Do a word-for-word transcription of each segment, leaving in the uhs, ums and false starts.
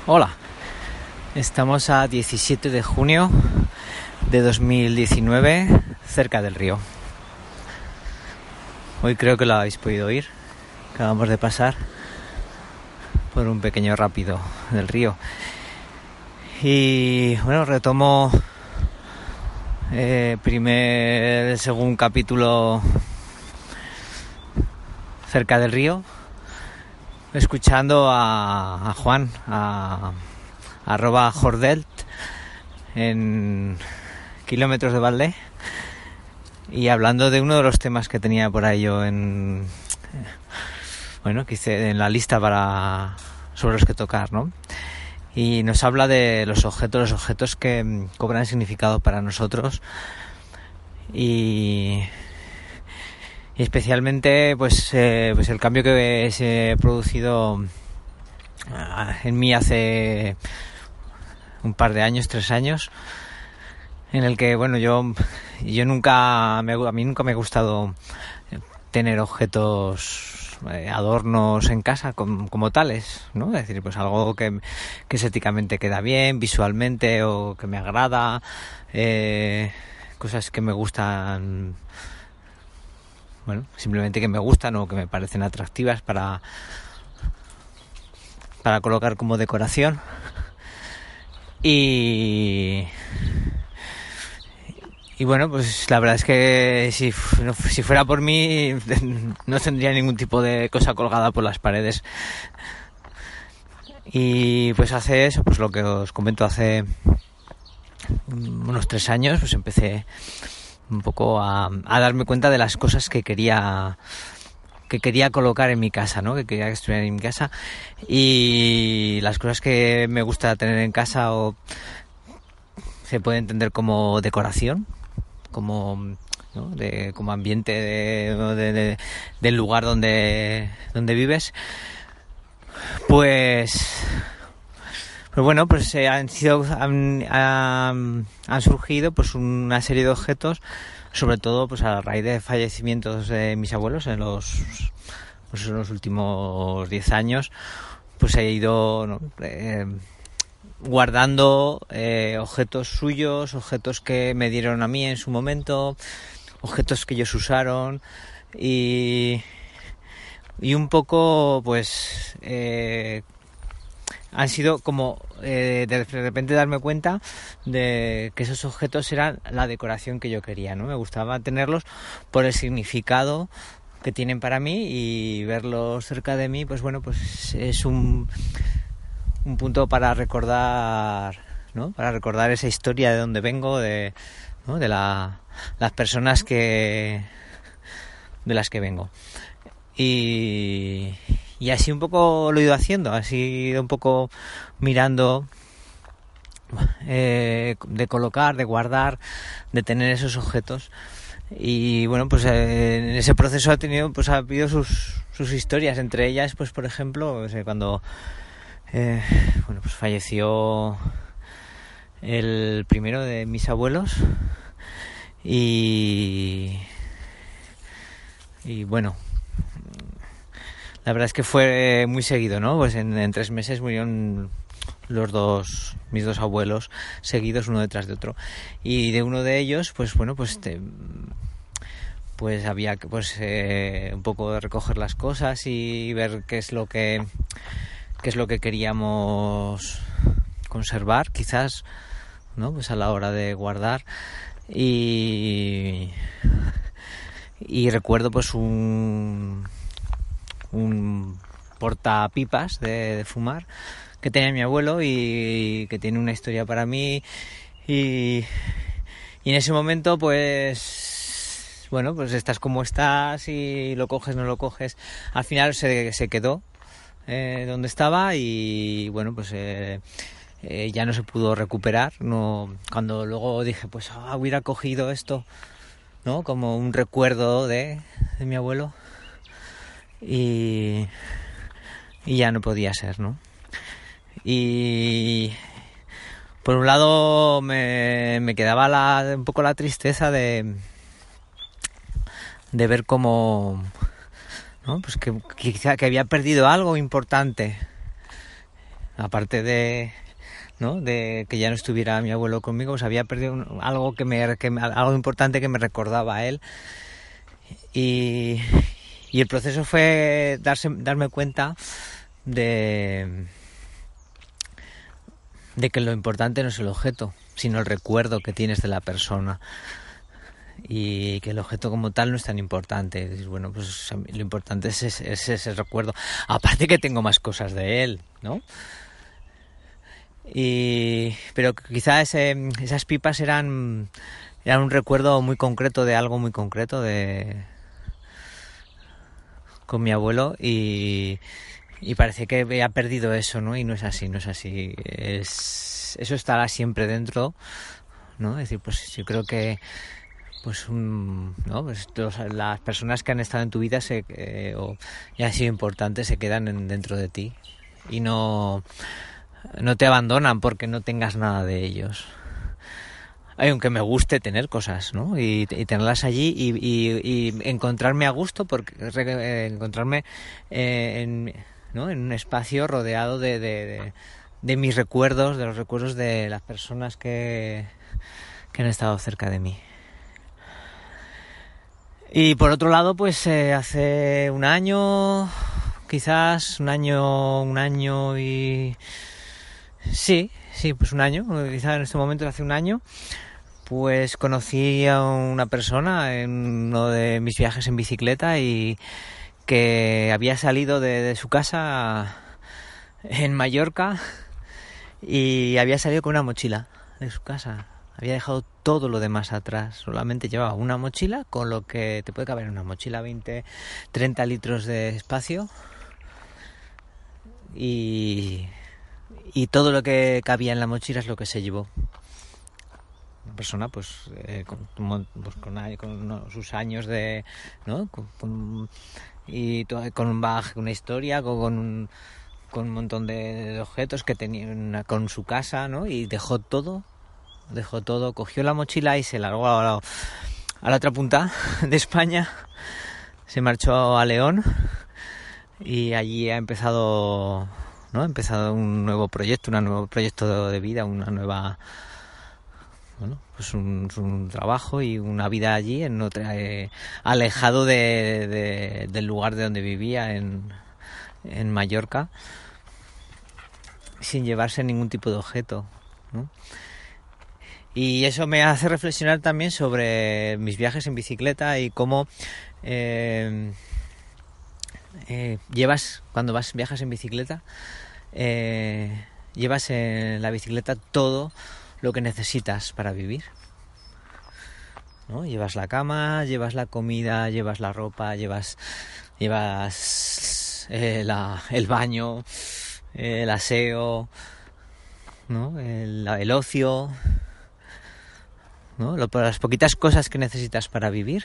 Hola, estamos a diecisiete de junio de dos mil diecinueve, cerca del río. Hoy creo que lo habéis podido oír. Acabamos de pasar por un pequeño rápido del río. Y bueno, retomo eh, primer, segundo capítulo cerca del río, escuchando a, a Juan, a, a arroba Jordelt en Kilómetros de Valdé, y hablando de uno de los temas que tenía por ahí yo en bueno que hice en la lista para sobre los que tocar, ¿no? Y nos habla de los objetos, los objetos que cobran significado para nosotros y, y especialmente pues, eh, pues el cambio que se ha producido en mí hace un par de años, tres años, en el que bueno yo yo nunca me, a mí nunca me ha gustado tener objetos, eh, adornos en casa como, como tales, ¿no? Es decir, pues algo que, que estéticamente queda bien, visualmente, o que me agrada, eh, cosas que me gustan, bueno, simplemente que me gustan o que me parecen atractivas para para colocar como decoración. Y Y bueno, pues la verdad es que si, no, si fuera por mí no tendría ningún tipo de cosa colgada por las paredes. Y pues hace eso, pues lo que os comento, hace unos tres años pues empecé un poco a, a darme cuenta de las cosas que quería que quería colocar en mi casa, ¿no? Que quería que estuvieran en mi casa, y las cosas que me gusta tener en casa o se puede entender como decoración, como, ¿no? de, como ambiente de, de, de, del lugar donde, donde vives, pues, pues bueno, pues eh, han sido han, han, han surgido pues una serie de objetos, sobre todo pues a raíz de fallecimientos de mis abuelos en los, pues, en los últimos diez años, pues he ido, ¿no? eh, guardando eh, objetos suyos, objetos que me dieron a mí en su momento, objetos que ellos usaron, y y un poco pues eh, han sido como eh, de repente darme cuenta de que esos objetos eran la decoración que yo quería, ¿no? Me gustaba tenerlos por el significado que tienen para mí, y verlos cerca de mí, pues bueno, pues es un un punto para recordar, ¿no? Para recordar esa historia de donde vengo, de, ¿no? de la, las personas que de las que vengo. Y, y así un poco lo he ido haciendo, así he ido un poco mirando eh, de colocar, de guardar, de tener esos objetos. Y bueno, pues eh, en ese proceso ha tenido, pues ha habido sus, sus historias, entre ellas, pues por ejemplo, pues, eh, cuando Eh, bueno, pues falleció el primero de mis abuelos, y y bueno, la verdad es que fue muy seguido, ¿no? Pues en, en tres meses murieron los dos, mis dos abuelos, seguidos uno detrás de otro, y de uno de ellos, pues bueno, pues te, pues había que pues eh, un poco recoger las cosas y ver qué es lo que qué es lo que queríamos conservar, quizás, ¿no? Pues a la hora de guardar. Y y recuerdo pues un un portapipas de, de fumar que tenía mi abuelo y que tiene una historia para mí, y, y en ese momento pues bueno, pues estás como estás y lo coges, no lo coges, al final se, se quedó Eh, donde estaba, y bueno, pues eh, eh, ya no se pudo recuperar. No, cuando luego dije, pues ah, hubiera cogido esto, ¿no? Como un recuerdo de, de mi abuelo, y, y ya no podía ser, ¿no? Y por un lado me, me quedaba la, un poco la tristeza de de ver cómo, ¿no? Pues que quizá que había perdido algo importante, aparte de, ¿no?, de que ya no estuviera mi abuelo conmigo, pues había perdido un, algo que me, que me, algo importante que me recordaba a él. Y, y el proceso fue darse, darme cuenta de, de que lo importante no es el objeto, sino el recuerdo que tienes de la persona. Y que el objeto como tal no es tan importante. Bueno, pues lo importante es ese, es ese recuerdo. Aparte que tengo más cosas de él, ¿no? Y pero quizá ese, esas pipas eran eran un recuerdo muy concreto de algo muy concreto de con mi abuelo, y y parece que había perdido eso, ¿no? Y no es así, no es así. Es, eso estará siempre dentro, ¿no? Es decir, pues yo creo que pues un, ¿no? Pues los, las personas que han estado en tu vida se, eh, o y han sido importantes, se quedan en, dentro de ti y no no te abandonan porque no tengas nada de ellos. Aunque me guste tener cosas, ¿no? Y, y tenerlas allí y, y, y encontrarme a gusto, porque eh, encontrarme eh, en, ¿no?, en un espacio rodeado de, de, de, de mis recuerdos, de los recuerdos de las personas que, que han estado cerca de mí. Y por otro lado, pues eh, hace un año, quizás un año, un año y... Sí, sí, pues un año, quizás en este momento hace un año, pues conocí a una persona en uno de mis viajes en bicicleta y que había salido de, de su casa en Mallorca y había salido con una mochila de su casa. Había dejado todo lo demás atrás, solamente llevaba una mochila con lo que te puede caber en una mochila, veinte, treinta litros de espacio, y, y todo lo que cabía en la mochila es lo que se llevó. Una persona pues, eh, con, pues con, con no, sus años de, ¿no?, con, con, y to, con un bagaje, una historia, con, con un con un montón de, de objetos que tenía una, con su casa, ¿no? Y dejó todo. Dejó todo, cogió la mochila y se largó a la, a la otra punta de España. Se marchó a León y allí ha empezado, ¿no? Ha empezado un nuevo proyecto, un nuevo proyecto de vida, una nueva, bueno, pues un, un trabajo y una vida allí, en otra, eh, alejado de, de, del lugar de donde vivía en, en Mallorca, sin llevarse ningún tipo de objeto, ¿no? Y eso me hace reflexionar también sobre mis viajes en bicicleta y cómo eh, eh, llevas, cuando vas viajas en bicicleta, eh, llevas en la bicicleta todo lo que necesitas para vivir, ¿no? Llevas la cama, llevas la comida, llevas la ropa, llevas, llevas eh, la, el baño, eh, el aseo, ¿no? el, el ocio, ¿no? Las poquitas cosas que necesitas para vivir,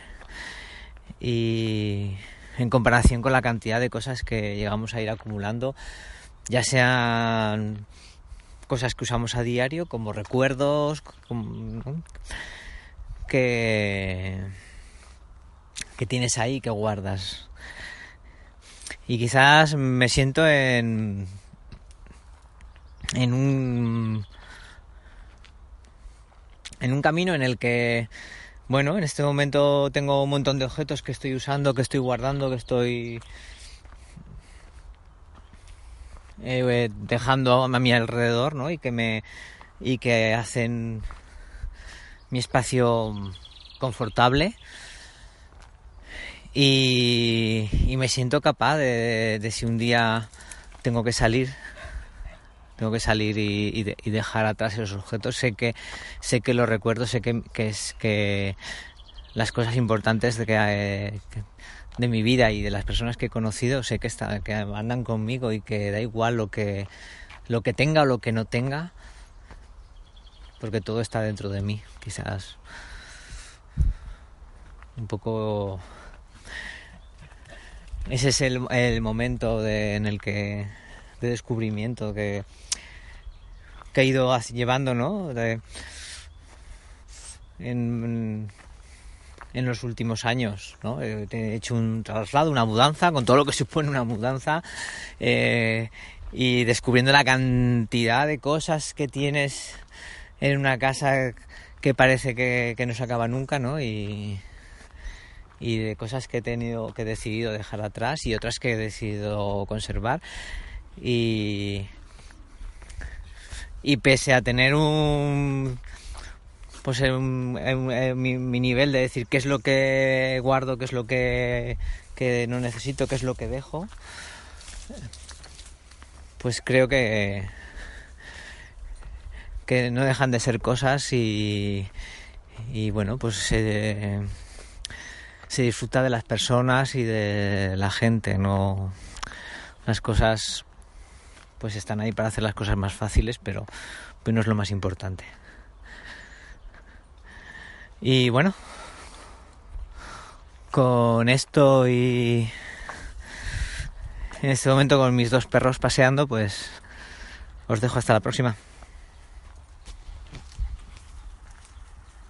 y en comparación con la cantidad de cosas que llegamos a ir acumulando, ya sean cosas que usamos a diario como recuerdos, como, ¿no?, que que tienes ahí, que guardas. Y quizás me siento en en un en un camino en el que, bueno, en este momento tengo un montón de objetos que estoy usando, que estoy guardando, que estoy eh, dejando a mi alrededor, ¿no? Y que me y que hacen mi espacio confortable, y, y me siento capaz de, de, de si un día tengo que salir tengo que salir y, y, de, y dejar atrás esos objetos, sé que sé que los recuerdo, sé que, que es que las cosas importantes de que, eh, que de mi vida y de las personas que he conocido, sé que está, que andan conmigo y que da igual lo que lo que tenga o lo que no tenga, porque todo está dentro de mí. Quizás un poco ese es el, el momento de, en el que de descubrimiento que que he ido llevando, ¿no? De, en, en los últimos años, ¿no? He hecho un traslado, una mudanza, con todo lo que supone una mudanza, eh, y descubriendo la cantidad de cosas que tienes en una casa que parece que, que no se acaba nunca, ¿no? Y, y de cosas que he tenido, que he decidido dejar atrás y otras que he decidido conservar. Y, y pese a tener un... pues en, en, en mi, mi nivel de decir qué es lo que guardo, qué es lo que, que no necesito, qué es lo que dejo, pues creo que que no dejan de ser cosas y, y bueno, pues se, se disfruta de las personas y de la gente, no las cosas pues están ahí para hacer las cosas más fáciles, pero pues no es lo más importante. Y bueno, con esto y en este momento con mis dos perros paseando, pues os dejo hasta la próxima.